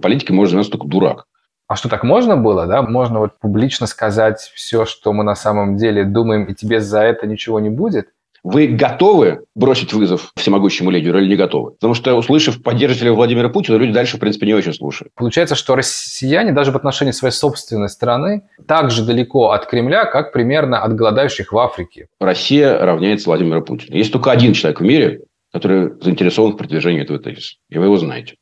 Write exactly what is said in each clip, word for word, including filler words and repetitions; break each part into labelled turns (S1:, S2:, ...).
S1: политикой может заниматься только дурак.
S2: А что, так можно было, да? Можно вот публично сказать все, что мы на самом деле думаем, и тебе за это ничего не будет?
S1: Вы готовы бросить вызов всемогущему лидеру или не готовы? Потому что, услышав поддержателя Владимира Путина, люди дальше, в принципе, не очень слушают.
S2: Получается, что россияне даже в отношении своей собственной страны так же далеко от Кремля, как примерно от голодающих в Африке.
S1: Россия равняется Владимиру Путину. Есть только один человек в мире, который заинтересован в продвижении этого тезиса. И вы его знаете.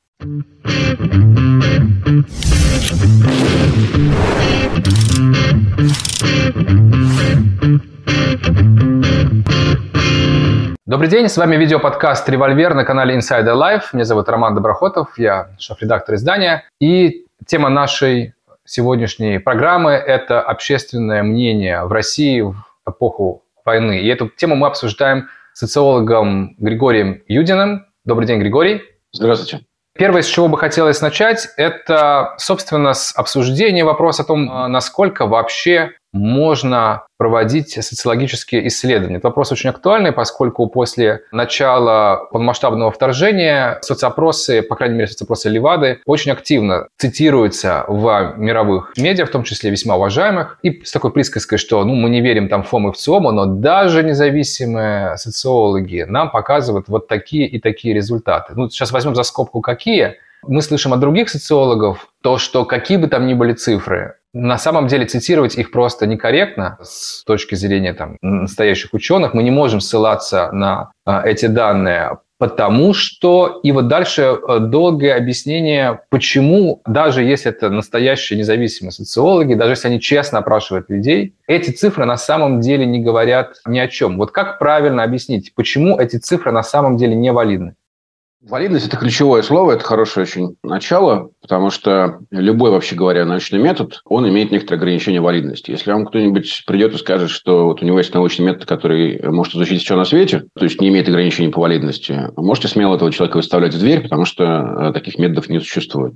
S2: Добрый день, с вами видеоподкаст «Револьвер» на канале Insider Life. Меня зовут Роман Доброхотов, я шеф-редактор издания. И тема нашей сегодняшней программы – это общественное мнение в России в эпоху войны. И эту тему мы обсуждаем с социологом Григорием Юдиным. Добрый день, Григорий.
S1: Здравствуйте.
S2: Первое, с чего бы хотелось начать, это, собственно, с обсуждения вопроса о том, насколько вообще можно проводить социологические исследования. Этот вопрос очень актуальный, поскольку после начала полномасштабного вторжения соцопросы, по крайней мере, соцопросы Левады, очень активно цитируются в мировых медиа, в том числе весьма уважаемых, и с такой присказкой, что ну, мы не верим там ФОМ и ВЦИОМу, но даже независимые социологи нам показывают вот такие и такие результаты. Ну, сейчас возьмем за скобку какие. Мы слышим от других социологов то, что какие бы там ни были цифры, на самом деле цитировать их просто некорректно с точки зрения там, настоящих ученых. Мы не можем ссылаться на а, эти данные, потому что... И вот дальше долгое объяснение, почему, даже если это настоящие независимые социологи, даже если они честно опрашивают людей, эти цифры на самом деле не говорят ни о чем. Вот как правильно объяснить, почему эти цифры на самом деле не валидны?
S1: Валидность – это ключевое слово, это хорошее очень начало, потому что любой, вообще говоря, научный метод, он имеет некоторые ограничения валидности. Если вам кто-нибудь придет и скажет, что вот у него есть научный метод, который может изучить все на свете, то есть не имеет ограничений по валидности, можете смело этого человека выставлять в дверь, потому что таких методов не существует.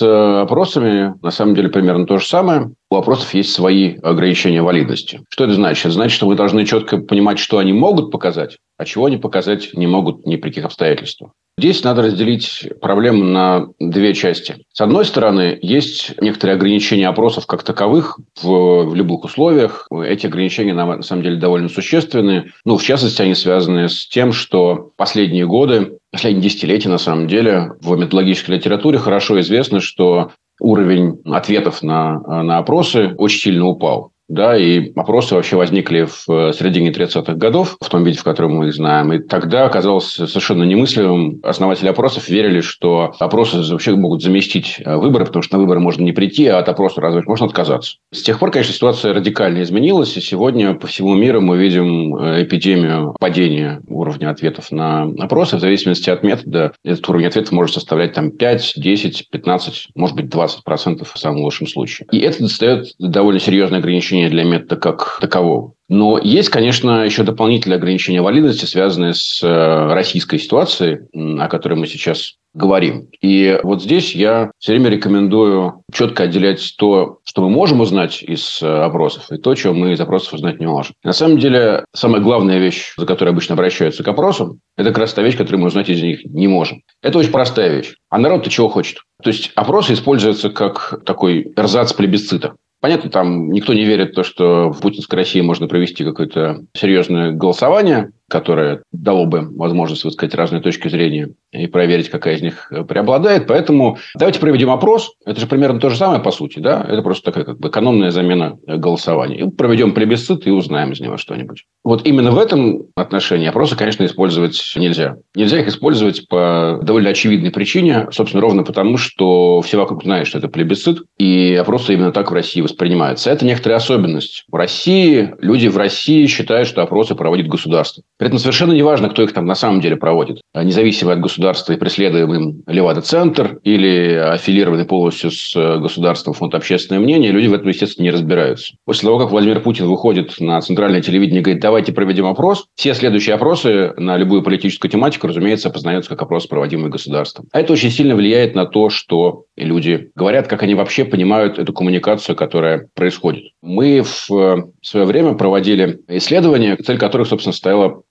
S1: С опросами, на самом деле, примерно то же самое. У опросов есть свои ограничения валидности. Что это значит? Это значит, что вы должны четко понимать, что они могут показать, а чего они показать не могут ни при каких обстоятельствах. Здесь надо разделить проблему на две части. С одной стороны, есть некоторые ограничения опросов как таковых в, в любых условиях. Эти ограничения, на самом деле, довольно существенны. Ну, в частности, они связаны с тем, что последние годы, последние десятилетия, на самом деле, в методологической литературе хорошо известно, что уровень ответов на, на опросы очень сильно упал. Да, и опросы вообще возникли в середине тридцатых годов, в том виде, в котором мы их знаем. И тогда оказалось совершенно немыслимым. Основатели опросов верили, что опросы вообще могут заместить выборы, потому что на выборы можно не прийти, а от опроса разве можно отказаться. С тех пор, конечно, ситуация радикально изменилась. И сегодня по всему миру мы видим эпидемию падения уровня ответов на опросы. В зависимости от метода этот уровень ответов может составлять там, пять, десять, пятнадцать, может быть, двадцать процентов в самом лучшем случае. И это достает довольно серьезное ограничение для метода как такового. Но есть, конечно, еще дополнительные ограничения валидности, связанные с российской ситуацией, о которой мы сейчас говорим. И вот здесь я все время рекомендую четко отделять то, что мы можем узнать из опросов, и то, чего мы из опросов узнать не можем. На самом деле, самая главная вещь, за которой обычно обращаются к опросам, это как раз та вещь, которую мы узнать из них не можем. Это очень простая вещь. А народ-то чего хочет? То есть опросы используются как такой эрзац плебисцита. Понятно, там никто не верит в то, что в путинской России можно провести какое-то серьезное голосование, которое дало бы возможность высказать разные точки зрения и проверить, какая из них преобладает. Поэтому давайте проведем опрос. Это же примерно то же самое, по сути. Да? Это просто такая как бы экономная замена голосования. И проведем плебисцит и узнаем из него что-нибудь. Вот именно в этом отношении опросы, конечно, использовать нельзя. Нельзя их использовать по довольно очевидной причине. Собственно, ровно потому, что все вокруг знают, что это плебисцит. И опросы именно так в России воспринимаются. Это некоторая особенность. В России, люди в России считают, что опросы проводит государство. При этом совершенно не важно, кто их там на самом деле проводит. Независимо от государства и преследуемым Левада-центр или аффилированный полностью с государством фонд «Общественное мнение», люди в этом, естественно, не разбираются. После того, как Владимир Путин выходит на центральное телевидение и говорит, давайте проведем опрос, все следующие опросы на любую политическую тематику, разумеется, опознаются как опросы, проводимые государством. А это очень сильно влияет на то, что люди говорят, как они вообще понимают эту коммуникацию, которая происходит. Мы в свое время проводили исследования, цель которых, собственно, стояла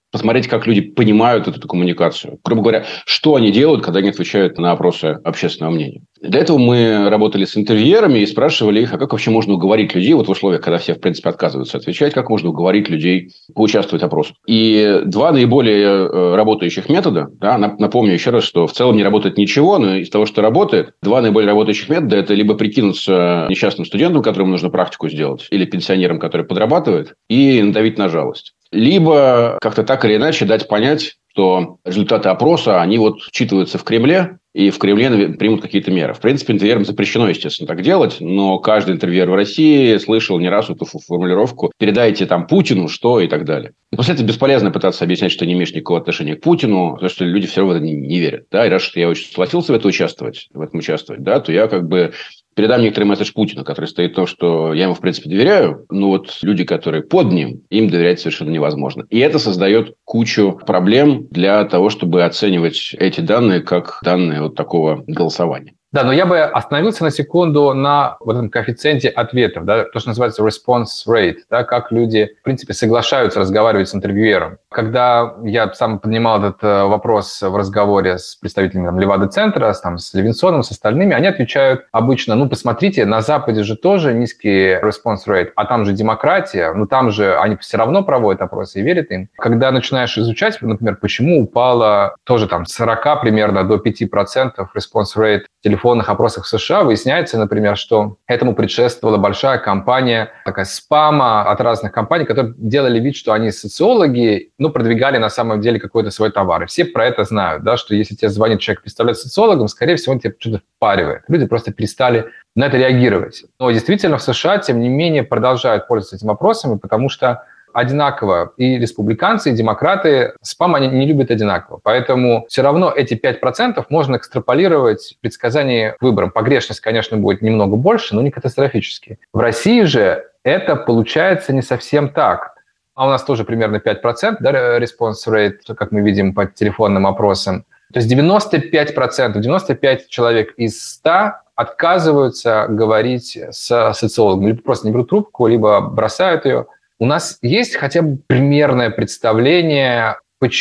S1: посмотреть, как люди понимают эту коммуникацию. Грубо говоря, что они делают, когда они отвечают на опросы общественного мнения. Для этого мы работали с интервьюерами и спрашивали их, а как вообще можно уговорить людей, вот в условиях, когда все, в принципе, отказываются отвечать, как можно уговорить людей поучаствовать в опросах. И два наиболее работающих метода, да, напомню еще раз, что в целом не работает ничего, но из того, что работает, два наиболее работающих метода – это либо прикинуться несчастным студентом, которому нужно практику сделать, или пенсионером, который подрабатывает, и надавить на жалость. Либо как-то так или иначе дать понять, что результаты опроса, они вот считываются в Кремле, и в Кремле примут какие-то меры. В принципе, интервьюерам запрещено, естественно, так делать, но каждый интервьюер в России слышал не раз эту формулировку «передайте там Путину что» и так далее. И после этого бесполезно пытаться объяснять, что не имеешь никакого отношения к Путину, потому что люди все равно в это не, не верят. Да? И раз что я очень согласился в это участвовать, в этом участвовать, да, то я как бы передам некоторый месседж Путину, который стоит в том, что я ему, в принципе, доверяю, но вот люди, которые под ним, им доверять совершенно невозможно. И это создает кучу проблем для того, чтобы оценивать эти данные как данные вот такого голосования.
S2: Да, но я бы остановился на секунду на вот этом коэффициенте ответов, да, то, что называется response rate, да, как люди, в принципе, соглашаются разговаривать с интервьюером. Когда я сам поднимал этот вопрос в разговоре с представителями там, Левада-центра, с, там, с Левинсоном, с остальными, они отвечают обычно, ну, посмотрите, на Западе же тоже низкий response rate, а там же демократия, ну, там же они все равно проводят опросы и верят им. Когда начинаешь изучать, например, почему упало тоже там с сорока примерно до пяти процентов response rate в телефонных опросах в США, выясняется, например, что этому предшествовала большая кампания, такая спама от разных компаний, которые делали вид, что они социологи, ну, продвигали на самом деле какой-то свой товар. И все про это знают, да, что если тебе звонит человек, представляет социологом, скорее всего, он тебе что-то впаривает. Люди просто перестали на это реагировать. Но действительно в США, тем не менее, продолжают пользоваться этими опросами, потому что одинаково и республиканцы, и демократы спам они не любят одинаково. Поэтому все равно эти пять процентов можно экстраполировать в предсказании к выборам. Погрешность, конечно, будет немного больше, но не катастрофически. В России же это получается не совсем так. А у нас тоже примерно пять процентов, да, response rate, как мы видим по телефонным опросам. То есть девяносто пять процентов, девяносто пять человек из ста отказываются говорить с социологом. Либо просто не берут трубку, либо бросают ее. У нас есть хотя бы примерное представление,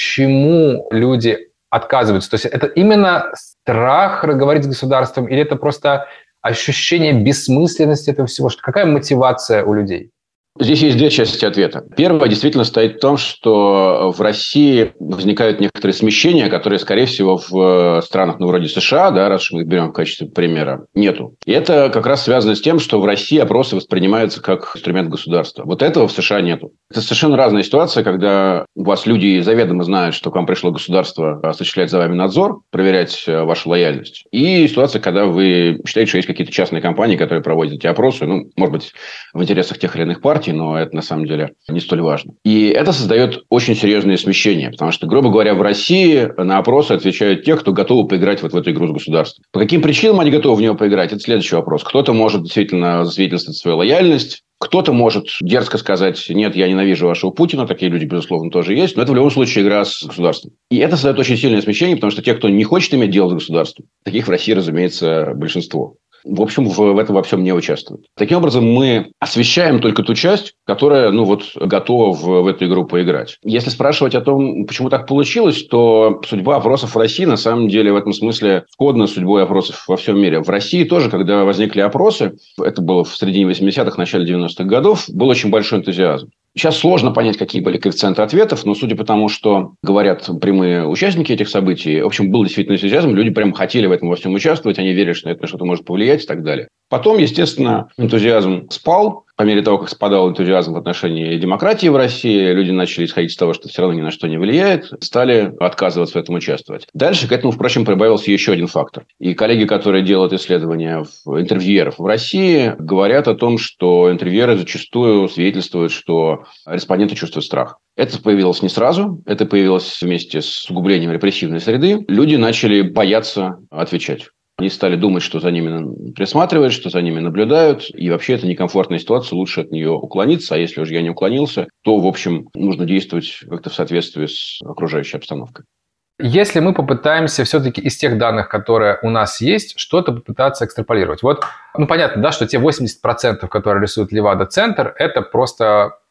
S2: почему люди отказываются? То есть это именно страх говорить с государством или это просто ощущение бессмысленности этого всего? Какая мотивация у людей?
S1: Здесь есть две части ответа. Первая действительно стоит в том, что в России возникают некоторые смещения, которые, скорее всего, в странах, ну, вроде США, да, раз мы их берем в качестве примера, нету. И это как раз связано с тем, что в России опросы воспринимаются как инструмент государства. Вот этого в США нету. Это совершенно разная ситуация, когда у вас люди заведомо знают, что к вам пришло государство осуществлять за вами надзор, проверять вашу лояльность. И ситуация, когда вы считаете, что есть какие-то частные компании, которые проводят эти опросы, ну, может быть, в интересах тех или иных партий, но это на самом деле не столь важно. И это создает очень серьезные смещения, потому что, грубо говоря, в России на опросы отвечают те, кто готовы поиграть вот в эту игру с государством. По каким причинам они готовы в нее поиграть? Это следующий вопрос. Кто-то может действительно засвидетельствовать свою лояльность, кто-то может дерзко сказать: нет, я ненавижу вашего Путина, такие люди, безусловно, тоже есть, но это в любом случае игра с государством. И это создает очень сильное смещение, потому что те, кто не хочет иметь дело с государством, таких в России, разумеется, большинство. В общем, в, в этом во всем не участвуют. Таким образом, мы освещаем только ту часть, которая, ну вот, готова в, в эту игру поиграть. Если спрашивать о том, почему так получилось, то судьба опросов в России, на самом деле, в этом смысле сходна с судьбой опросов во всем мире. В России тоже, когда возникли опросы, это было в середине восьмидесятых, начале девяностых годов, был очень большой энтузиазм. Сейчас сложно понять, какие были коэффициенты ответов, но судя по тому, что говорят прямые участники этих событий, в общем, был действительно энтузиазм, люди прям хотели в этом во всем участвовать, они верили, что это на что-то может повлиять и так далее. Потом, естественно, энтузиазм спал. По мере того, как спадал энтузиазм в отношении демократии в России, люди начали исходить из того, что все равно ни на что не влияет, стали отказываться в этом участвовать. Дальше к этому, впрочем, прибавился еще один фактор. И коллеги, которые делают исследования в интервьюеров в России, говорят о том, что интервьюеры зачастую свидетельствуют, что респонденты чувствуют страх. Это появилось не сразу, это появилось вместе с углублением репрессивной среды. Люди начали бояться отвечать. Они стали думать, что за ними присматривают, что за ними наблюдают. И вообще это некомфортная ситуация, лучше от нее уклониться. А если уже я не уклонился, то, в общем, нужно действовать как-то в соответствии с окружающей обстановкой.
S2: Если мы попытаемся все-таки из тех данных, которые у нас есть, что-то попытаться экстраполировать. Вот, ну, понятно, да, что те восемьдесят процентов, которые рисует Левада-центр, это просто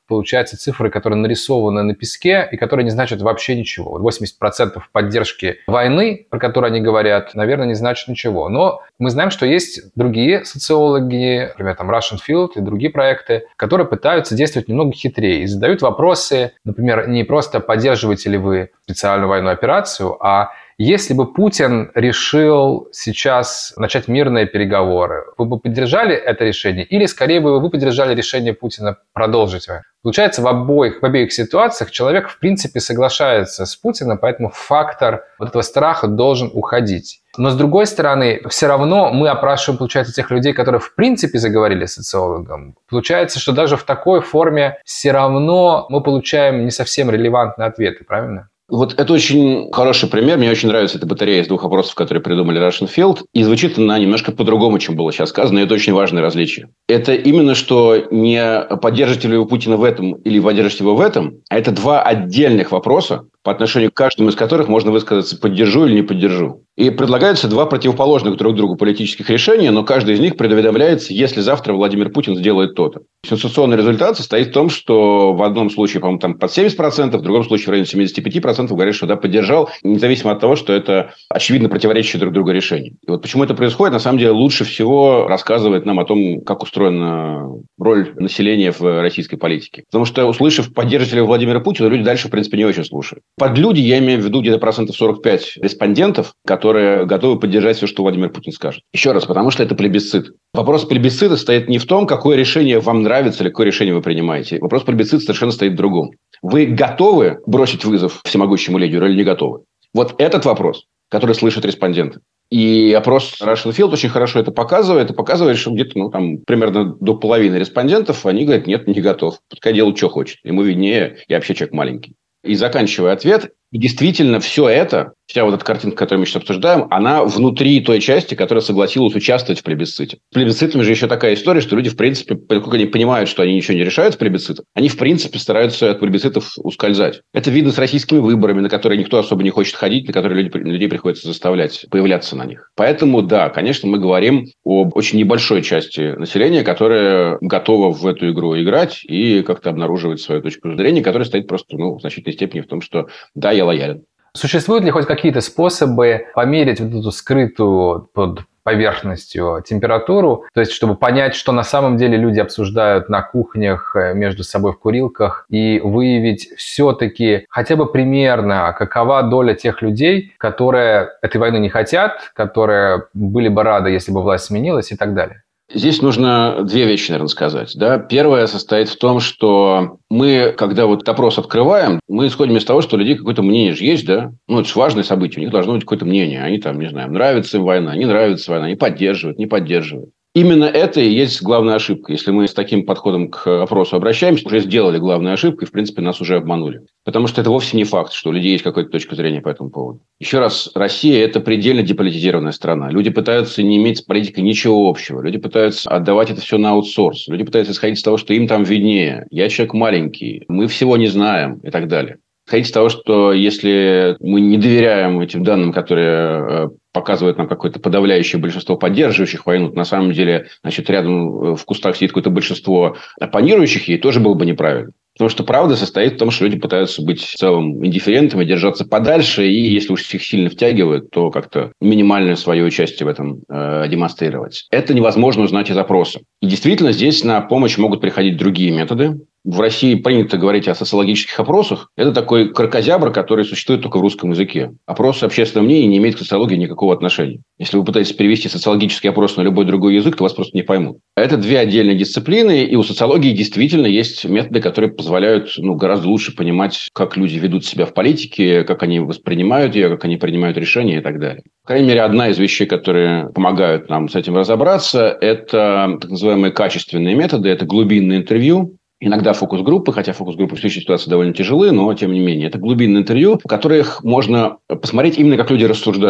S2: получаются цифры, которые нарисованы на песке и которые не значат вообще ничего. восемьдесят процентов поддержки войны, про которую они говорят, наверное, не значит ничего. Но мы знаем, что есть другие социологи, например, там Russian Field и другие проекты, которые пытаются действовать немного хитрее и задают вопросы, например, не просто поддерживаете ли вы специальную военную операцию, а если бы Путин решил сейчас начать мирные переговоры, вы бы поддержали это решение или, скорее, бы вы поддержали решение Путина продолжить войну? Получается, в обоих, в обеих ситуациях человек, в принципе, соглашается с Путиным, поэтому фактор вот этого страха должен уходить. Но, с другой стороны, все равно мы опрашиваем, получается, тех людей, которые, в принципе, заговорили с социологом. Получается, что даже в такой форме все равно мы получаем не совсем релевантные ответы, правильно?
S1: Вот это очень хороший пример. Мне очень нравится эта батарея из двух опросов, которые придумали Russian Field. И звучит она немножко по-другому, чем было сейчас сказано. И это очень важное различие. Это именно, что не поддержите ли вы Путина в этом или поддержите его в этом, а это два отдельных вопроса, по отношению к каждому из которых можно высказаться «поддержу» или «не поддержу». И предлагаются два противоположных друг другу политических решения, но каждый из них предуведомляется, если завтра Владимир Путин сделает то-то. Сенсационный результат состоит в том, что в одном случае, по-моему, там под семьдесят процентов, в другом случае в районе семьдесят пять процентов говорят, что да, поддержал, независимо от того, что это очевидно противоречащие друг другу решения. И вот почему это происходит, на самом деле, лучше всего рассказывает нам о том, как устроена роль населения в российской политике. Потому что, услышав «поддержите ли Владимира Путина», люди дальше, в принципе, не очень слушают. Под люди я имею в виду где-то процентов сорок пять респондентов, которые готовы поддержать все, что Владимир Путин скажет. Еще раз, потому что это плебисцит. Вопрос плебисцита стоит не в том, какое решение вам нравится или какое решение вы принимаете. Вопрос плебисцита совершенно стоит в другом. Вы готовы бросить вызов всемогущему лидеру или не готовы? Вот этот вопрос, который слышат респонденты. И опрос Russian Field очень хорошо это показывает. И показывает, что где-то ну, там, примерно до половины респондентов, они говорят, нет, не готов. Пускай делает, что хочет. Ему виднее, я вообще человек маленький. И заканчивая ответ, и действительно все это, вся вот эта картинка, которую мы сейчас обсуждаем, она внутри той части, которая согласилась участвовать в плебисците. С плебисцитами же еще такая история, что люди, в принципе, поскольку они понимают, что они ничего не решают в плебисцитах, они, в принципе, стараются от плебисцитов ускользать. Это видно с российскими выборами, на которые никто особо не хочет ходить, на которые люди, людей приходится заставлять появляться на них. Поэтому, да, конечно, мы говорим об очень небольшой части населения, которая готова в эту игру играть и как-то обнаруживать свою точку зрения, которая стоит просто ну, в значительной степени в том, что да, я лоялен.
S2: Существуют ли хоть какие-то способы померить вот эту скрытую под поверхностью температуру, то есть чтобы понять, что на самом деле люди обсуждают на кухнях, между собой в курилках, и выявить все-таки хотя бы примерно, какова доля тех людей, которые этой войны не хотят, которые были бы рады, если бы власть сменилась и так далее?
S1: Здесь нужно две вещи, наверное, сказать. Да? Первое состоит в том, что мы, когда вот опрос открываем, мы исходим из того, что у людей какое-то мнение же есть, да? Ну, это же важное событие, у них должно быть какое-то мнение. Они там, не знаю, нравится им война, не нравится война, они поддерживают, не поддерживают. Именно это и есть главная ошибка. Если мы с таким подходом к опросу обращаемся, уже сделали главную ошибку, и, в принципе, нас уже обманули. Потому что это вовсе не факт, что у людей есть какая-то точка зрения по этому поводу. Еще раз, Россия – это предельно деполитизированная страна. Люди пытаются не иметь с политикой ничего общего. Люди пытаются отдавать это все на аутсорс. Люди пытаются исходить из того, что им там виднее. Я человек маленький, мы всего не знаем и так далее. Исходить из того, что если мы не доверяем этим данным, которые показывают нам какое-то подавляющее большинство поддерживающих войну, на самом деле, значит, рядом в кустах сидит какое-то большинство оппонирующих ей, тоже было бы неправильно. Потому что правда состоит в том, что люди пытаются быть в целом индифферентными, держаться подальше, и если уж их сильно втягивают, то как-то минимальное свое участие в этом э, демонстрировать. Это невозможно узнать из опроса. И действительно, здесь на помощь могут приходить другие методы. В России принято говорить о социологических опросах. Это такой кракозябр, который существует только в русском языке. Опрос общественного мнения не имеет к социологии никакого отношения. Если вы пытаетесь перевести социологический опрос на любой другой язык, то вас просто не поймут. Это две отдельные дисциплины, и у социологии действительно есть методы, которые позволяют ну, гораздо лучше понимать, как люди ведут себя в политике, как они воспринимают ее, как они принимают решения и так далее. По крайней мере, одна из вещей, которые помогают нам с этим разобраться, это так называемые качественные методы, это глубинное интервью. Иногда фокус-группы, хотя фокус-группы в следующей ситуации довольно тяжелые, но тем не менее. Это глубинные интервью, в которых можно посмотреть именно, как люди рассуждают.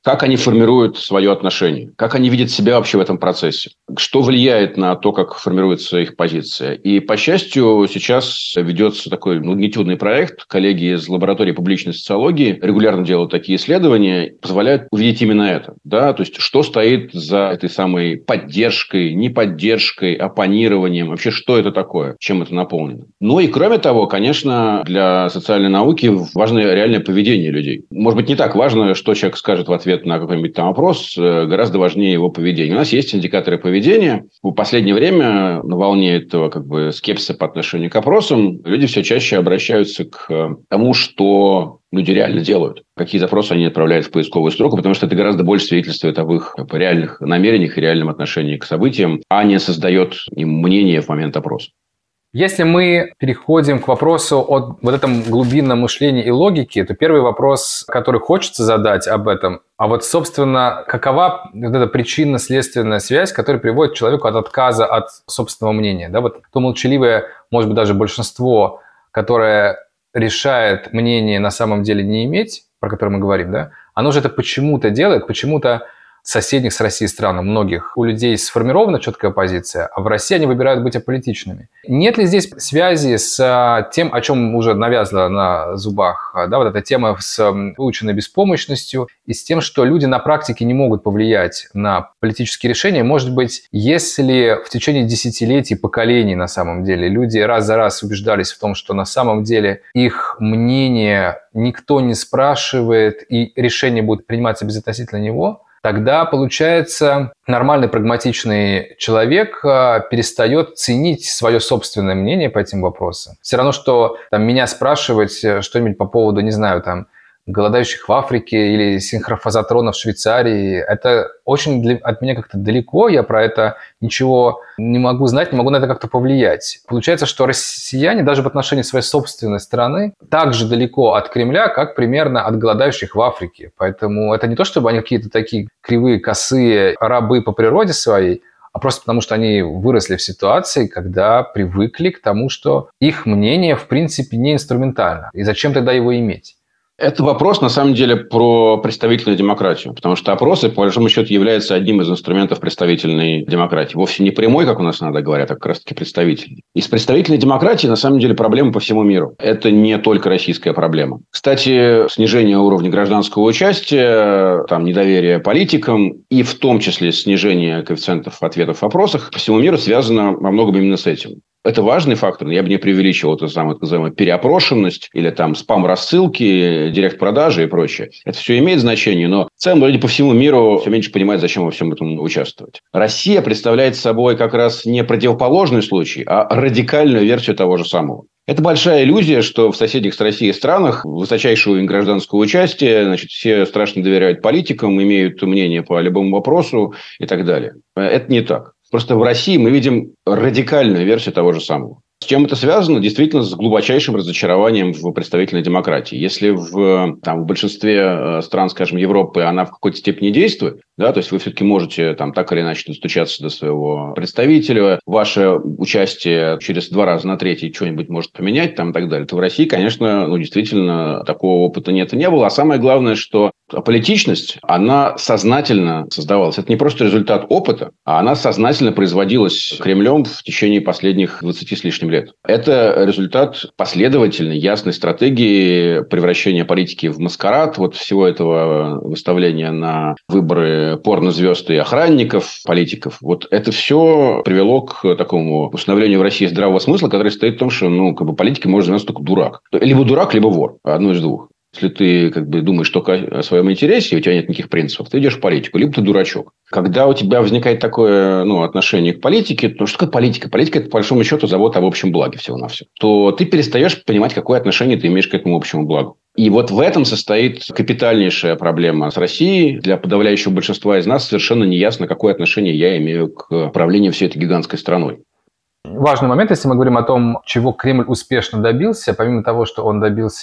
S1: как они формируют свое отношение, как они видят себя вообще в этом процессе, что влияет на то, как формируется их позиция. И, по счастью, сейчас ведется такой магнитюдный проект. Коллеги из лаборатории публичной социологии регулярно делают такие исследования, позволяют увидеть именно это. Да? То есть, что стоит за этой самой поддержкой, неподдержкой, оппонированием, вообще, что это такое, чем это наполнено. Ну и, кроме того, конечно, для социальной науки важно реальное поведение людей. Может быть, не так важно, что человек скажет в ответ на какой-нибудь там вопрос, гораздо важнее его поведение. У нас есть индикаторы поведения. В последнее время на волне этого как бы скепсиса по отношению к опросам люди все чаще обращаются к тому, что люди реально делают. Какие запросы они отправляют в поисковую строку, потому что это гораздо больше свидетельствует об их как бы, реальных намерениях и реальном отношении к событиям, а не создает им мнение в момент опроса.
S2: Если мы переходим к вопросу о вот этом глубинном мышлении и логике, то первый вопрос, который хочется задать об этом, а вот, собственно, какова вот эта причинно-следственная связь, которая приводит человеку от отказа от собственного мнения? Да, вот то молчаливое, может быть, даже большинство, которое решает мнение на самом деле не иметь, про которое мы говорим, да, оно же это почему-то делает, почему-то соседних с Россией стран, у многих у людей сформирована четкая позиция, а в России они выбирают быть аполитичными. Нет ли здесь связи с тем, о чем уже навязла на зубах, да, вот эта тема с выученной беспомощностью и с тем, что люди на практике не могут повлиять на политические решения? Может быть, если в течение десятилетий, поколений на самом деле люди раз за раз убеждались в том, что на самом деле их мнение никто не спрашивает и решение будет приниматься безотносительно него, тогда, получается, нормальный прагматичный человек перестает ценить свое собственное мнение по этим вопросам. Все равно, что там, меня спрашивать что-нибудь по поводу, не знаю, там, голодающих в Африке или синхрофазотрона в Швейцарии, это очень для, от меня как-то далеко, я про это ничего не могу знать, не могу на это как-то повлиять. Получается, что россияне даже в отношении своей собственной страны так же далеко от Кремля, как примерно от голодающих в Африке. Поэтому это не то, чтобы они какие-то такие кривые, косые рабы по природе своей, а просто потому, что они выросли в ситуации, когда привыкли к тому, что их мнение, в принципе, не инструментально. И зачем тогда его иметь?
S1: Это вопрос, на самом деле, про представительную демократию. Потому что опросы, по большому счету, являются одним из инструментов представительной демократии. Вовсе не прямой, как у нас иногда говорят, а как раз-таки представительный. И с представительной демократией, на самом деле, проблемы по всему миру. Это не только российская проблема. Кстати, снижение уровня гражданского участия, там, недоверие политикам и в том числе снижение коэффициентов ответов в вопросах по всему миру связано во многом именно с этим. Это важный фактор, я бы не преувеличивал эту самую, так называемую переопрошенность или там спам-рассылки, директ-продажи и прочее. Это все имеет значение, но в целом люди по всему миру все меньше понимают, зачем во всем этом участвовать. Россия представляет собой как раз не противоположный случай, а радикальную версию того же самого. Это большая иллюзия, что в соседних с Россией странах высочайший уровень гражданского участия, значит, все страшно доверяют политикам, имеют мнение по любому вопросу и так далее. Это не так. Просто в России мы видим радикальную версию того же самого. С чем это связано? Действительно, с глубочайшим разочарованием в представительной демократии. Если в, там, в большинстве стран, скажем, Европы она в какой-то степени действует, да, то есть вы все-таки можете там, так или иначе достучаться до своего представителя, ваше участие через два раза на третий что-нибудь может поменять там, и так далее, то в России, конечно, ну, действительно такого опыта нет и не было. А самое главное, что аполитичность, она сознательно создавалась. Это не просто результат опыта, а она сознательно производилась Кремлем в течение последних двадцати с лишним лет. Это результат последовательной, ясной стратегии превращения политики в маскарад, вот всего этого выставления на выборы порнозвезд и охранников, политиков. Вот это все привело к такому установлению в России здравого смысла, который стоит в том, что ну, как бы политикой может заниматься только дурак. Либо дурак, либо вор. Одно из двух. Если ты как бы думаешь только о своем интересе, и у тебя нет никаких принципов, ты идешь в политику, либо ты дурачок. Когда у тебя возникает такое ну, отношение к политике, то что такое политика? Политика – это, по большому счету, забота об общем благе всего-навсего. То ты перестаешь понимать, какое отношение ты имеешь к этому общему благу. И вот в этом состоит капитальнейшая проблема с Россией. Для подавляющего большинства из нас совершенно неясно, какое отношение я имею к правлению всей этой гигантской страной.
S2: Важный момент, если мы говорим о том, чего Кремль успешно добился, помимо того, что он добился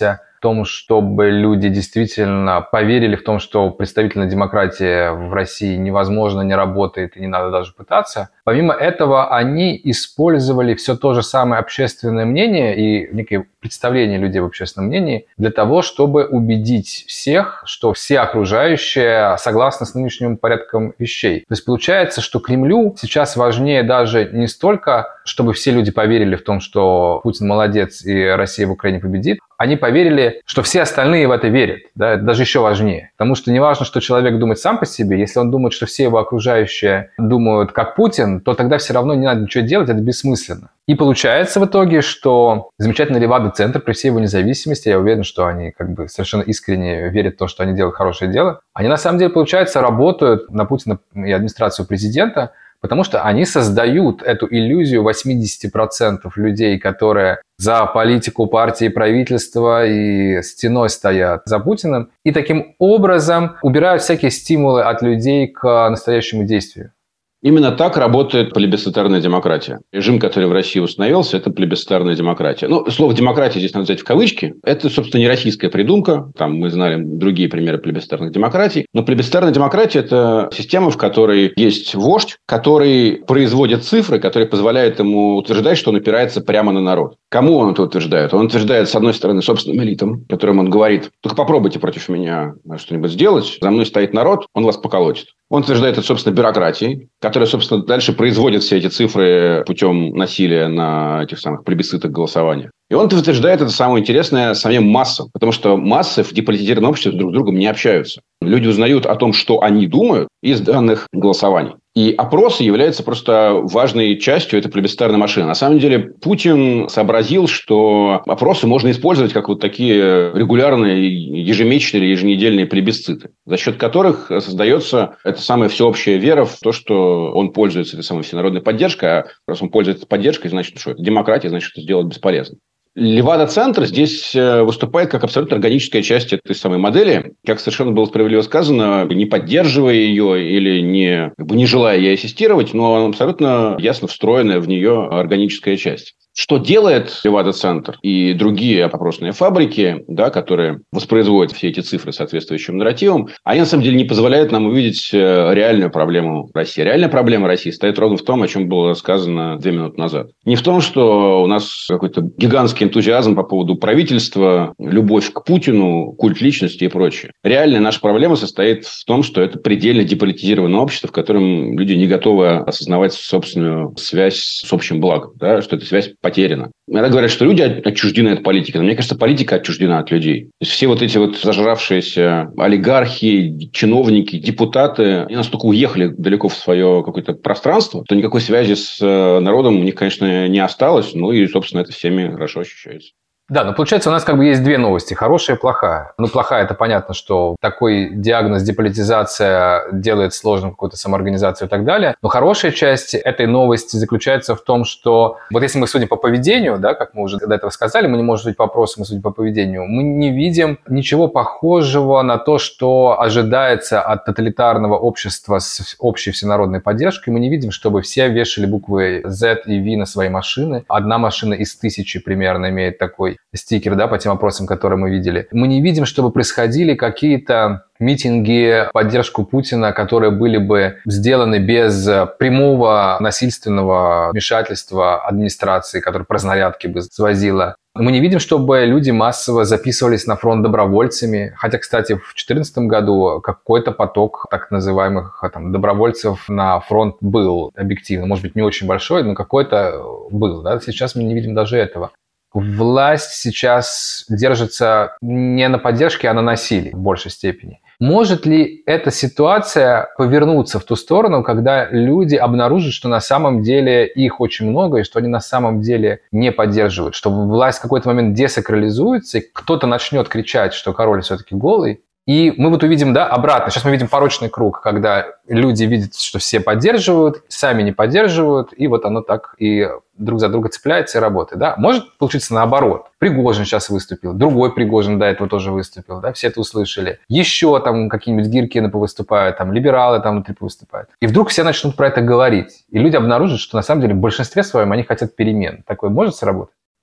S2: том, чтобы люди действительно поверили в том, что представительная демократия в России невозможно, не работает и не надо даже пытаться. Помимо этого, они использовали все то же самое общественное мнение и некие представления людей в общественном мнении для того, чтобы убедить всех, что все окружающие согласны с нынешним порядком вещей. То есть получается, что Кремлю сейчас важнее даже не столько, чтобы все люди поверили в том, что Путин молодец и Россия в Украине победит, они поверили, что все остальные в это верят. Да? Это даже еще важнее. Потому что не важно, что человек думает сам по себе. Если он думает, что все его окружающие думают как Путин, то тогда все равно не надо ничего делать, это бессмысленно. И получается в итоге, что замечательный Левада-центр, при всей его независимости, я уверен, что они как бы совершенно искренне верят в то, что они делают хорошее дело, они на самом деле, получается, работают на Путина и администрацию президента, потому что они создают эту иллюзию восемьдесят процентов людей, которые за политику партии и правительства и стеной стоят за Путиным, и таким образом убирают всякие стимулы от людей к настоящему действию.
S1: Именно так работает плебисцитарная демократия. Режим, который в России установился, это плебисцитарная демократия. Ну, слово «демократия» здесь надо взять в кавычки. Это, собственно, не российская придумка. Там мы знали другие примеры плебисцитарных демократий. Но плебисцитарная демократия – это система, в которой есть вождь, который производит цифры, которые позволяют ему утверждать, что он опирается прямо на народ. Кому он это утверждает? Он утверждает, с одной стороны, собственным элитам, которым он говорит: только попробуйте против меня что-нибудь сделать, за мной стоит народ, он вас поколотит. Он утверждает это, собственно, бюрократией, которая, собственно, дальше производит все эти цифры путем насилия на этих самых плебисцитах голосования. И он утверждает это самое интересное самим массам, потому что массы в деполитизированном обществе друг с другом не общаются. Люди узнают о том, что они думают, из данных голосований. И опросы являются просто важной частью этой плебисцитарной машины. На самом деле Путин сообразил, что опросы можно использовать как вот такие регулярные ежемесячные или еженедельные плебисциты, за счет которых создается эта самая всеобщая вера в то, что он пользуется этой самой всенародной поддержкой, а раз он пользуется поддержкой, значит, что это демократия, значит, что сделать бесполезно. Левада-центр здесь выступает как абсолютно органическая часть этой самой модели. Как совершенно было справедливо сказано, не поддерживая ее или не, как бы не желая ей ассистировать, но абсолютно ясно встроенная в нее органическая часть. Что делает Левада-центр и другие опросные фабрики, да, которые воспроизводят все эти цифры соответствующим нарративам, они на самом деле не позволяют нам увидеть реальную проблему России. Реальная проблема России стоит ровно в том, о чем было сказано две минуты назад. Не в том, что у нас какой-то гигантский энтузиазм по поводу правительства, любовь к Путину, культ личности и прочее. Реальная наша проблема состоит в том, что это предельно деполитизированное общество, в котором люди не готовы осознавать собственную связь с общим благом, да, что эта связь потеряно. Иногда говорят, что люди отчуждены от политики. Но мне кажется, политика отчуждена от людей. То есть все вот эти вот зажравшиеся олигархи, чиновники, депутаты, они настолько уехали далеко в свое какое-то пространство, что никакой связи с народом у них, конечно, не осталось. Ну и, собственно, это всеми хорошо ощущается.
S2: Да, но получается, у нас как бы есть две новости, хорошая и плохая. Ну, плохая – это понятно, что такой диагноз деполитизация делает сложным какую-то самоорганизацию и так далее. Но хорошая часть этой новости заключается в том, что вот если мы судим по поведению, да, как мы уже до этого сказали, мы не можем судить по опросу, мы судим по поведению, мы не видим ничего похожего на то, что ожидается от тоталитарного общества с общей всенародной поддержкой. Мы не видим, чтобы все вешали буквы Z и V на свои машины. Одна машина из тысячи примерно имеет такой стикер, да, по тем опросам, которые мы видели. Мы не видим, чтобы происходили какие-то митинги в поддержку Путина, которые были бы сделаны без прямого насильственного вмешательства администрации, которая по разнарядке бы свозила. Мы не видим, чтобы люди массово записывались на фронт добровольцами. Хотя, кстати, в две тысячи четырнадцатом году какой-то поток так называемых там, добровольцев на фронт был объективно. Может быть, не очень большой, но какой-то был. Да? Сейчас мы не видим даже этого. Власть сейчас держится не на поддержке, а на насилии в большей степени. Может ли эта ситуация повернуться в ту сторону, когда люди обнаружат, что на самом деле их очень много, и что они на самом деле не поддерживают, что власть в какой-то момент десакрализуется, и кто-то начнет кричать, что король все-таки голый? И мы вот увидим, да, обратно. Сейчас мы видим порочный круг, когда люди видят, что все поддерживают, сами не поддерживают, и вот оно так и друг за друга цепляется и работает. Да? Может получиться наоборот. Пригожин сейчас выступил, другой Пригожин до этого тоже выступил, да, все это услышали. Еще там какие-нибудь Гиркины повыступают, там либералы там внутри повыступают. И вдруг все начнут про это говорить. И люди обнаружат, что на самом деле в большинстве своем они хотят перемен. Такое может сработать?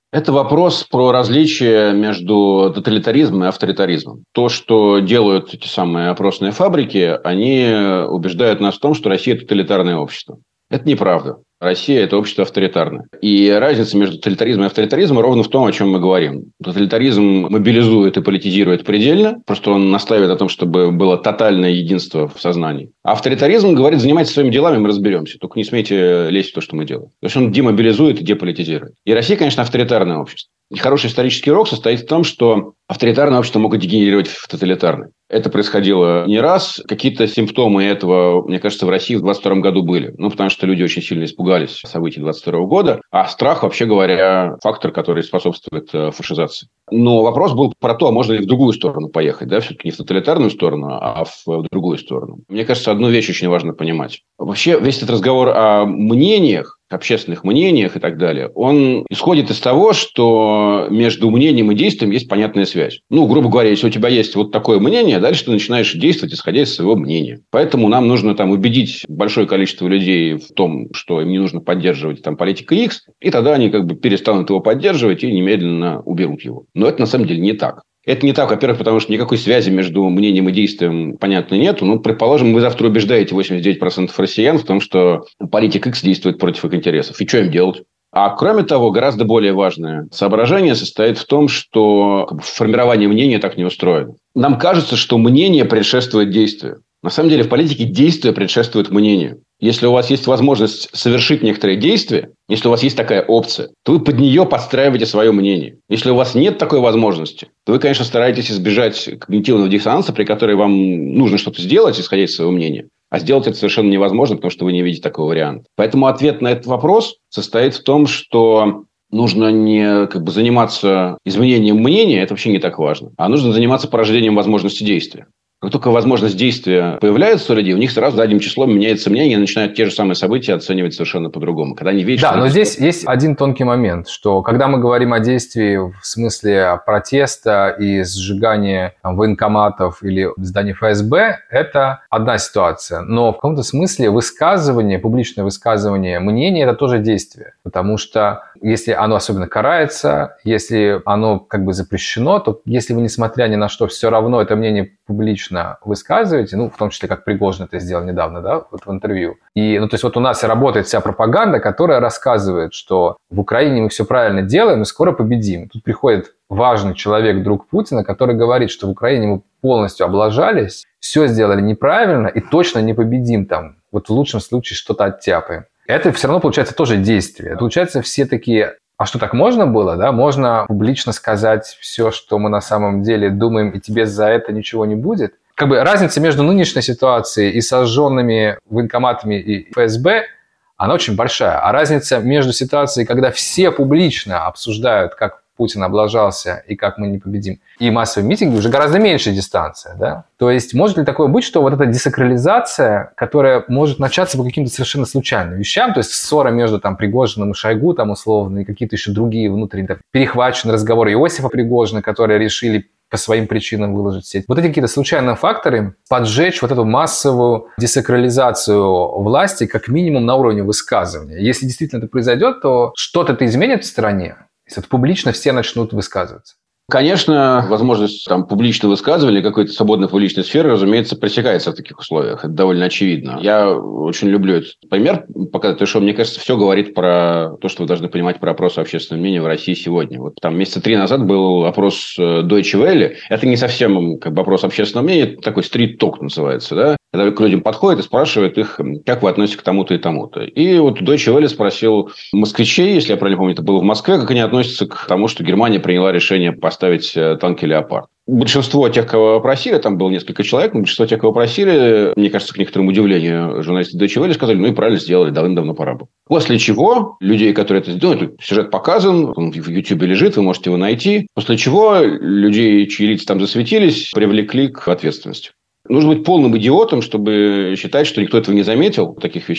S1: Это вопрос про различие между тоталитаризмом и авторитаризмом. То, что делают эти самые опросные фабрики, они убеждают нас в том, что Россия – тоталитарное общество. Это неправда. Россия – это общество авторитарное. И разница между тоталитаризмом и авторитаризмом ровно в том, о чем мы говорим. Тоталитаризм мобилизует и политизирует предельно, просто он настаивает на том, чтобы было тотальное единство в сознании. А авторитаризм говорит: занимайтесь своими делами, мы разберемся. Только не смейте лезть в то, что мы делаем. То есть он демобилизует и деполитизирует. И Россия, конечно, авторитарное общество. И хороший исторический урок состоит в том, что авторитарное общество могут дегенерировать в тоталитарное. Это происходило не раз. Какие-то симптомы этого, мне кажется, в России в двадцать втором году были. Ну, потому что люди очень сильно испугались событий двадцать второго года. А страх, вообще говоря, фактор, который способствует фашизации. Но вопрос был про то, можно ли в другую сторону поехать. Да? Все-таки не в тоталитарную сторону, а в другую сторону. Мне кажется, одну вещь очень важно понимать. Вообще, весь этот разговор о мнениях, общественных мнениях и так далее, он исходит из того, что между мнением и действием есть понятная связь. Ну, грубо говоря, если у тебя есть вот такое мнение, дальше ты начинаешь действовать, исходя из своего мнения. Поэтому нам нужно там убедить большое количество людей в том, что им не нужно поддерживать там политика X, и тогда они как бы перестанут его поддерживать и немедленно уберут его. Но это на самом деле не так. Это не так, во-первых, потому что никакой связи между мнением и действием, понятно, нету. Ну, предположим, вы завтра убеждаете восемьдесят девять процентов россиян в том, что политик X действует против их интересов. И что им делать? А кроме того, гораздо более важное соображение состоит в том, что как бы, формирование мнения так не устроено. Нам кажется, что мнение предшествует действию. На самом деле в политике действие предшествует мнению. Если у вас есть возможность совершить некоторые действия, если у вас есть такая опция, то вы под нее подстраиваете свое мнение. Если у вас нет такой возможности, то вы, конечно, стараетесь избежать когнитивного диссонанса, при котором вам нужно что-то сделать, исходя из своего мнения. А сделать это совершенно невозможно, потому что вы не видите такого варианта. Поэтому ответ на этот вопрос состоит в том, что нужно не как бы, заниматься изменением мнения, это вообще не так важно, а нужно заниматься порождением возможности действия. Как только возможность действия появляется у людей, у них сразу задним числом меняется мнение, и начинают те же самые события оценивать совершенно по-другому. Когда они видят,
S2: да,
S1: что
S2: но
S1: это...
S2: здесь есть один тонкий момент, что когда мы говорим о действии в смысле протеста и сжигания там, военкоматов или зданий эф эс бэ, это одна ситуация. Но в каком-то смысле высказывание, публичное высказывание мнения – это тоже действие. Потому что если оно особенно карается, если оно как бы запрещено, то если вы, несмотря ни на что, все равно это мнение публично высказываете, ну, в том числе, как Пригожин это сделал недавно, да, вот в интервью. И, ну, то есть вот у нас работает вся пропаганда, которая рассказывает, что в Украине мы все правильно делаем и скоро победим. Тут приходит важный человек, друг Путина, который говорит, что в Украине мы полностью облажались, все сделали неправильно и точно не победим там. Вот в лучшем случае что-то оттяпаем. Это все равно получается тоже действие. Получается, все такие... А что, так можно было, да? Можно публично сказать все, что мы на самом деле думаем, и тебе за это ничего не будет? Как бы разница между нынешней ситуацией и сожженными военкоматами и эф эс бэ, она очень большая. А разница между ситуацией, когда все публично обсуждают, как Путин облажался и как мы не победим, и массовые митинги, уже гораздо меньшая дистанция, да? То есть может ли такое быть, что вот эта десакрализация, которая может начаться по каким-то совершенно случайным вещам, то есть ссора между там Пригожиным и Шойгу, там условно, и какие-то еще другие внутренние, там, перехваченные разговоры Иосифа Пригожина, которые решили по своим причинам выложить в сеть. Вот эти какие-то случайные факторы поджечь вот эту массовую десакрализацию власти как минимум на уровне высказывания. Если действительно это произойдет, то что-то это изменит в стране. Если публично все начнут высказываться.
S1: Конечно, возможность там, публичного высказывания, какой-то свободной публичной сферы, разумеется, пресекается в таких условиях. Это довольно очевидно. Я очень люблю этот пример, потому что, мне кажется, все говорит про то, что вы должны понимать про опросы общественного мнения в России сегодня. Вот там месяца три назад был опрос Deutsche Welle. Это не совсем как бы опрос общественного мнения, это такой стрит-ток называется, да? Когда к людям подходят и спрашивают их, как вы относитесь к тому-то и тому-то. И вот Deutsche Welle спросил москвичей, если я правильно помню, это было в Москве, как они относятся к тому, что Германия приняла решение поставить танки «Леопард». Большинство тех, кого опросили, там было несколько человек, но большинство тех, кого опросили, мне кажется, к некоторому удивлению, журналисты Deutsche Welle сказали, ну и правильно сделали, давным-давно пора бы. После чего людей, которые это сделали, сюжет показан, он в Ютьюбе лежит, вы можете его найти. После чего людей, чьи лица там засветились, привлекли к ответственности. Нужно быть полным идиотом, чтобы считать, что никто этого не заметил, таких вещей.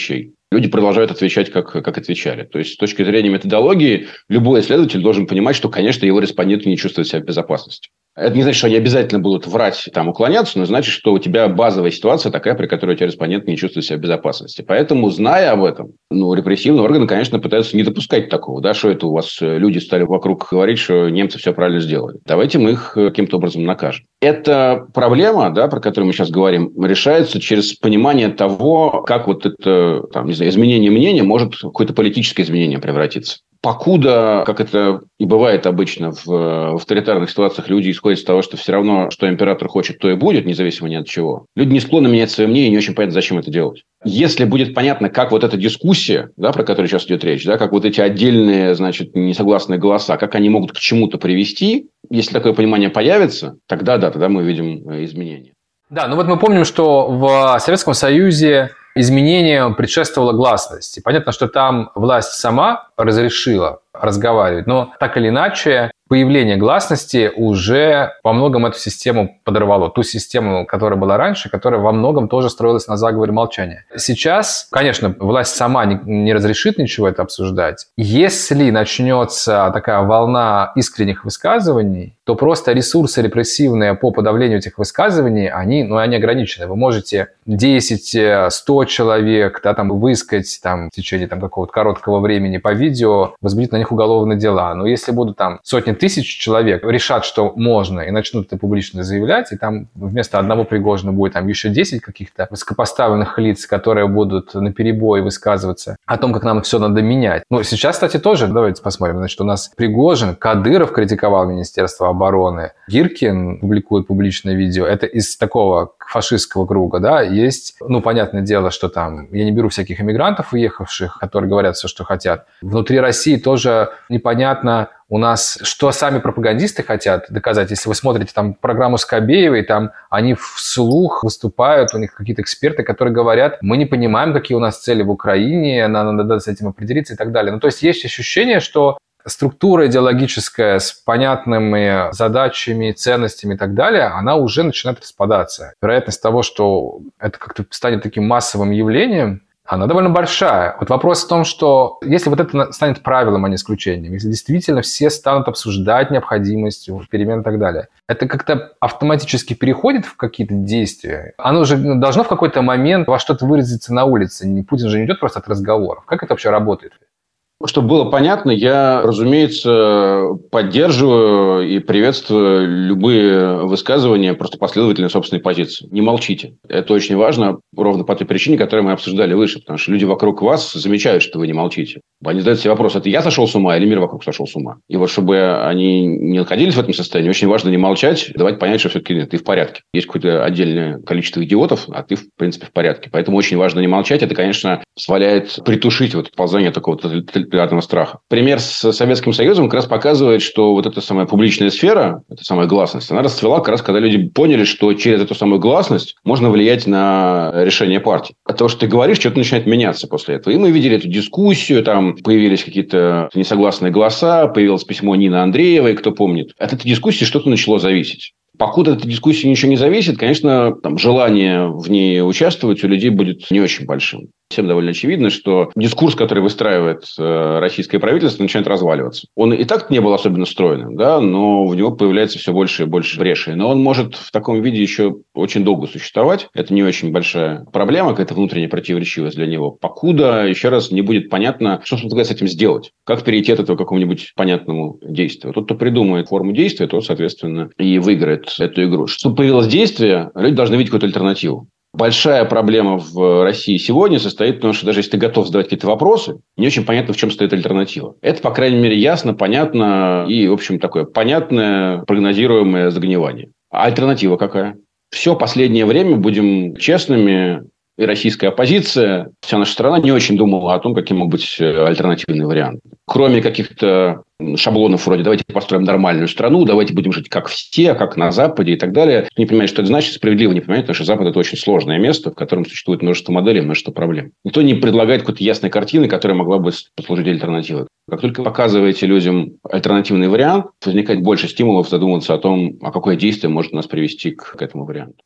S1: люди продолжают отвечать, как, как отвечали. То есть, с точки зрения методологии, любой исследователь должен понимать, что, конечно, его респонденты не чувствуют себя в безопасности. Это не значит, что они обязательно будут врать, там, уклоняться, но значит, что у тебя базовая ситуация такая, при которой у тебя респондент не чувствует себя в безопасности. Поэтому, зная об этом, ну, репрессивные органы, конечно, пытаются не допускать такого. Да, что это у вас люди стали вокруг говорить, что немцы все правильно сделали. Давайте мы их каким-то образом накажем. Эта проблема, да, про которую мы сейчас говорим, решается через понимание того, как вот это, там, не знаю, изменение мнения может в какое-то политическое изменение превратиться. Покуда, как это и бывает обычно в, в авторитарных ситуациях, люди исходят из того, что все равно, что император хочет, то и будет, независимо ни от чего. Люди не склонны менять свое мнение, не очень понятно, зачем это делать. Если будет понятно, как вот эта дискуссия, да, про которую сейчас идет речь, да, как вот эти отдельные, значит, несогласные голоса, как они могут к чему-то привести, если такое понимание появится, тогда да, тогда мы увидим изменения.
S2: Да, ну вот мы помним, что в Советском Союзе изменениям предшествовала гласность. И понятно, что там власть сама разрешила разговаривать, но так или иначе появление гласности уже во многом эту систему подорвало. Ту систему, которая была раньше, которая во многом тоже строилась на заговоре молчания. Сейчас, конечно, власть сама не, не разрешит ничего это обсуждать. Если начнется такая волна искренних высказываний, то просто ресурсы репрессивные по подавлению этих высказываний, они, ну, они ограничены. Вы можете десять-сто человек, да, там, выискать там, в течение там, какого-то короткого времени по видео, возбудить на них уголовные дела. Но если будут там сотни тысяч человек решат, что можно, и начнут это публично заявлять, и там вместо одного Пригожина будет там еще десять каких-то высокопоставленных лиц, которые будут наперебой высказываться о том, как нам все надо менять. Ну, сейчас, кстати, тоже, давайте посмотрим, значит, у нас Пригожин, Кадыров критиковал Министерство обороны, Гиркин публикует публичное видео, это из такого фашистского круга, да, есть, ну, понятное дело, что там, я не беру всяких иммигрантов уехавших, которые говорят все, что хотят. Внутри России тоже непонятно у нас, что сами пропагандисты хотят доказать. Если вы смотрите там программу Скобеевой, там они вслух выступают, у них какие-то эксперты, которые говорят, мы не понимаем, какие у нас цели в Украине, нам надо с этим определиться и так далее. Ну, то есть есть ощущение, что структура идеологическая с понятными задачами, ценностями и так далее, она уже начинает распадаться. Вероятность того, что это как-то станет таким массовым явлением, она довольно большая. Вот вопрос в том, что если вот это станет правилом, а не исключением, если действительно все станут обсуждать необходимость перемен и так далее, это как-то автоматически переходит в какие-то действия. Оно уже должно в какой-то момент во что-то выразиться на улице. Путин же не идет просто от разговоров. Как это вообще работает?
S1: Чтобы было понятно, я, разумеется, поддерживаю и приветствую любые высказывания просто последовательной собственной позиции. Не молчите. Это очень важно, ровно по той причине, которую мы обсуждали выше. Потому что люди вокруг вас замечают, что вы не молчите. Они задают себе вопрос, это я сошел с ума или мир вокруг сошел с ума? И вот чтобы они не находились в этом состоянии, очень важно не молчать, давать понять, что все-таки ты в порядке. Есть какое-то отдельное количество идиотов, а ты, в принципе, в порядке. Поэтому очень важно не молчать. Это, конечно, позволяет притушить вот ползание такого тоталитарного страха. Пример с Советским Союзом как раз показывает, что вот эта самая публичная сфера, эта самая гласность, она расцвела как раз, когда люди поняли, что через эту самую гласность можно влиять на решение партии. От того, что ты говоришь, что-то начинает меняться после этого. И мы видели эту дискуссию, там появились какие-то несогласные голоса, появилось письмо Нины Андреевой, кто помнит. От этой дискуссии что-то начало зависеть. Покуда от этой дискуссии ничего не зависит, конечно, там, желание в ней участвовать у людей будет не очень большим. Всем довольно очевидно, что дискурс, который выстраивает э, российское правительство, начинает разваливаться. Он и так не был особенно стройным, да, но в него появляется все больше и больше брешей. Но он может в таком виде еще очень долго существовать. Это не очень большая проблема, какая-то внутренняя противоречивость для него. Покуда, еще раз, не будет понятно, что с этим сделать. Как перейти от этого к какому-нибудь понятному действию. Тот, кто придумает форму действия, тот, соответственно, и выиграет эту игру. Чтобы появилось действие, люди должны видеть какую-то альтернативу. Большая проблема в России сегодня состоит в том, что даже если ты готов задавать какие-то вопросы, не очень понятно, в чем стоит альтернатива. Это, по крайней мере, ясно, понятно и, в общем, такое понятное, прогнозируемое загнивание. А альтернатива какая? Все последнее время, будем честными, и российская оппозиция, вся наша страна не очень думала о том, каким мог быть альтернативный вариант. Кроме каких-то шаблонов вроде «давайте построим нормальную страну», «давайте будем жить как все, как на Западе» и так далее. Не понимает, что это значит, справедливо не понимает, потому что Запад – это очень сложное место, в котором существует множество моделей, множество проблем. Никто не предлагает какой-то ясной картины, которая могла бы послужить альтернативой. Как только показываете людям альтернативный вариант, возникает больше стимулов задуматься о том, а какое действие может нас привести к, к этому варианту.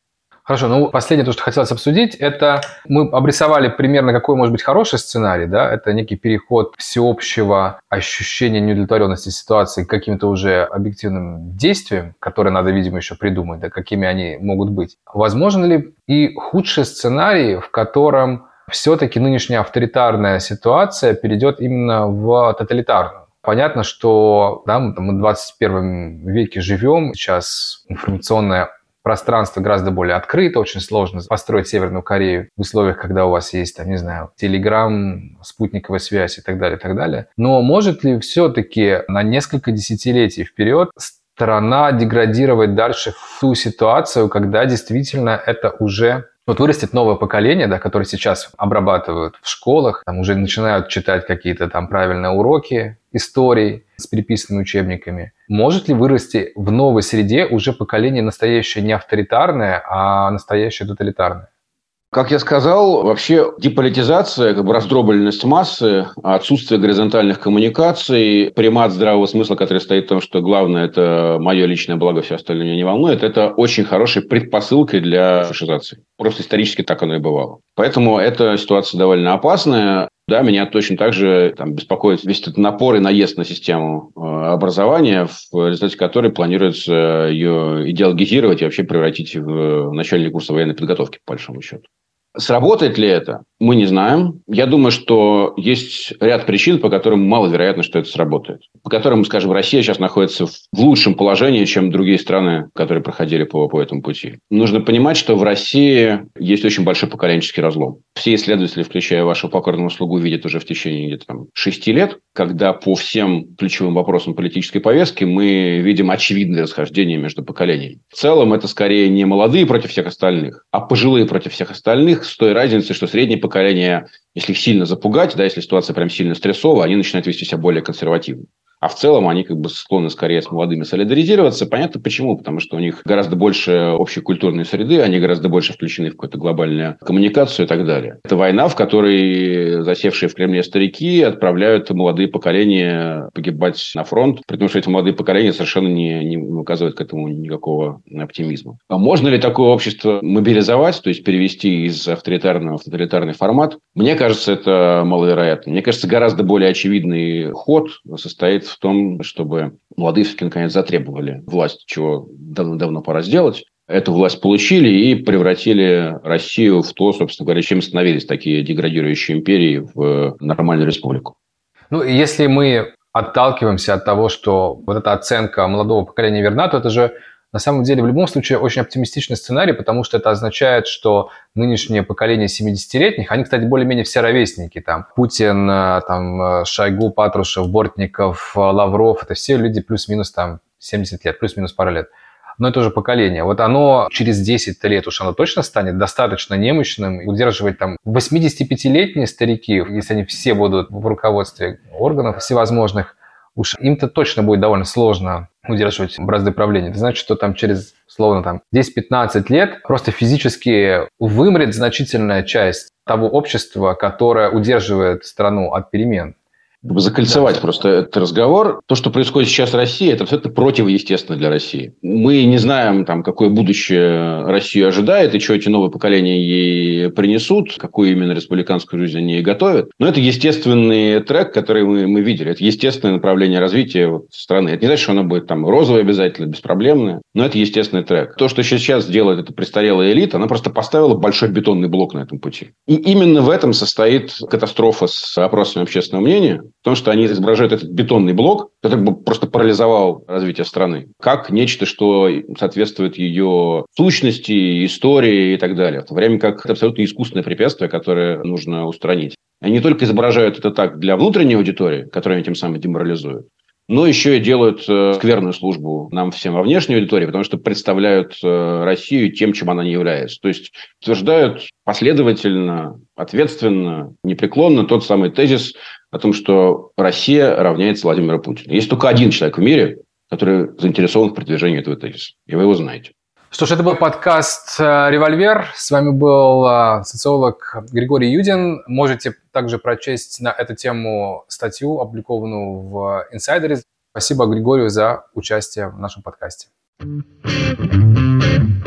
S2: Хорошо, ну последнее, то, что хотелось обсудить, это мы обрисовали примерно, какой может быть хороший сценарий, да, это некий переход всеобщего ощущения неудовлетворенности ситуации к каким-то уже объективным действиям, которые надо, видимо, еще придумать, да, какими они могут быть. Возможно ли и худший сценарий, в котором все-таки нынешняя авторитарная ситуация перейдет именно в тоталитарную? Понятно, что да, мы в двадцать первом веке живем, сейчас информационная пространство гораздо более открыто, очень сложно построить Северную Корею в условиях, когда у вас есть, там, не знаю, Телеграм, спутниковая связь и так далее, и так далее. Но может ли все-таки на несколько десятилетий вперед страна деградировать дальше в ту ситуацию, когда действительно это уже... Вот вырастет новое поколение, да, которое сейчас обрабатывают в школах, там уже начинают читать какие-то там правильные уроки истории с переписанными учебниками. Может ли вырасти в новой среде уже поколение настоящее не авторитарное, а настоящее тоталитарное?
S1: Как я сказал, вообще деполитизация, как бы раздробленность массы, отсутствие горизонтальных коммуникаций, примат здравого смысла, который стоит в том, что главное – это мое личное благо, все остальное меня не волнует, это очень хорошей предпосылкой для фашизации. Просто исторически так оно и бывало. Поэтому эта ситуация довольно опасная. Да, меня точно так же там, беспокоит весь этот напор и наезд на систему э, образования, в результате которой планируется ее идеологизировать и вообще превратить в начальный курс военной подготовки, по большому счету. Сработает ли это? Мы не знаем. Я думаю, что есть ряд причин, по которым маловероятно, что это сработает. По которым, скажем, Россия сейчас находится в лучшем положении, чем другие страны, которые проходили по, по этому пути. Нужно понимать, что в России есть очень большой поколенческий разлом. Все исследователи, включая вашего покорного слугу, видят уже в течение где-то там шести лет, когда по всем ключевым вопросам политической повестки мы видим очевидное расхождение между поколениями. В целом, это скорее не молодые против всех остальных, а пожилые против всех остальных, с той разницей, что среднее поколение, если их сильно запугать, да, если ситуация прям сильно стрессовая, они начинают вести себя более консервативно. А в целом они как бы склонны скорее с молодыми солидаризироваться. Понятно почему. Потому что у них гораздо больше общей культурной среды, они гораздо больше включены в какую-то глобальную коммуникацию и так далее. Это война, в которой засевшие в Кремле старики отправляют молодые поколения погибать на фронт, при том, что эти молодые поколения совершенно не, не указывают к этому никакого оптимизма. А можно ли такое общество мобилизовать, то есть перевести из авторитарного в тоталитарный формат? Мне кажется, это маловероятно. Мне кажется, гораздо более очевидный ход состоит в том, чтобы молодые все-таки наконец затребовали власть, чего давно-давно пора сделать. Эту власть получили и превратили Россию в то, собственно говоря, чем становились такие деградирующие империи в нормальную республику.
S2: Ну, если мы отталкиваемся от того, что вот эта оценка молодого поколения верна, то это же на самом деле в любом случае очень оптимистичный сценарий, потому что это означает, что нынешнее поколение семидесятилетних, они, кстати, более-менее все ровесники. Там Путин, там, Шойгу, Патрушев, Бортников, Лавров. Это все люди плюс-минус там семьдесят лет, плюс-минус пара лет. Но это уже поколение. Вот оно через десять лет уж оно точно станет достаточно немощным. Удерживать там восьмидесятипятилетние старики, если они все будут в руководстве органов всевозможных, уж им-то точно будет довольно сложно удерживать бразды правления. Это значит, что там через, словно там, десять-пятнадцать лет просто физически вымрет значительная часть того общества, которое удерживает страну от перемен.
S1: Закольцевать да. просто этот разговор. То, что происходит сейчас в России, это абсолютно противоестественно для России. Мы не знаем, там, какое будущее Россию ожидает, и что эти новые поколения ей принесут, какую именно республиканскую жизнь они ей готовят. Но это естественный трек, который мы, мы видели. Это естественное направление развития вот страны. Это не значит, что оно будет там розовое обязательно, беспроблемное, но это естественный трек. То, что сейчас делает эта престарелая элита, она просто поставила большой бетонный блок на этом пути. И именно в этом состоит катастрофа с опросами общественного мнения. Потому что они изображают этот бетонный блок, который бы просто парализовал развитие страны, как нечто, что соответствует ее сущности, истории и так далее. В то время как это абсолютно искусственное препятствие, которое нужно устранить. Они не только изображают это так для внутренней аудитории, которую они тем самым деморализуют, но еще и делают скверную службу нам всем во внешней аудитории, потому что представляют Россию тем, чем она не является. То есть утверждают последовательно, ответственно, непреклонно тот самый тезис о том, что Россия равняется Владимиру Путину. Есть только один человек в мире, который заинтересован в продвижении этого тезиса. И вы его знаете.
S2: Что ж, это был подкаст «Револьвер». С вами был социолог Григорий Юдин. Можете также прочесть на эту тему статью, опубликованную в «Инсайдере». Спасибо Григорию за участие в нашем подкасте.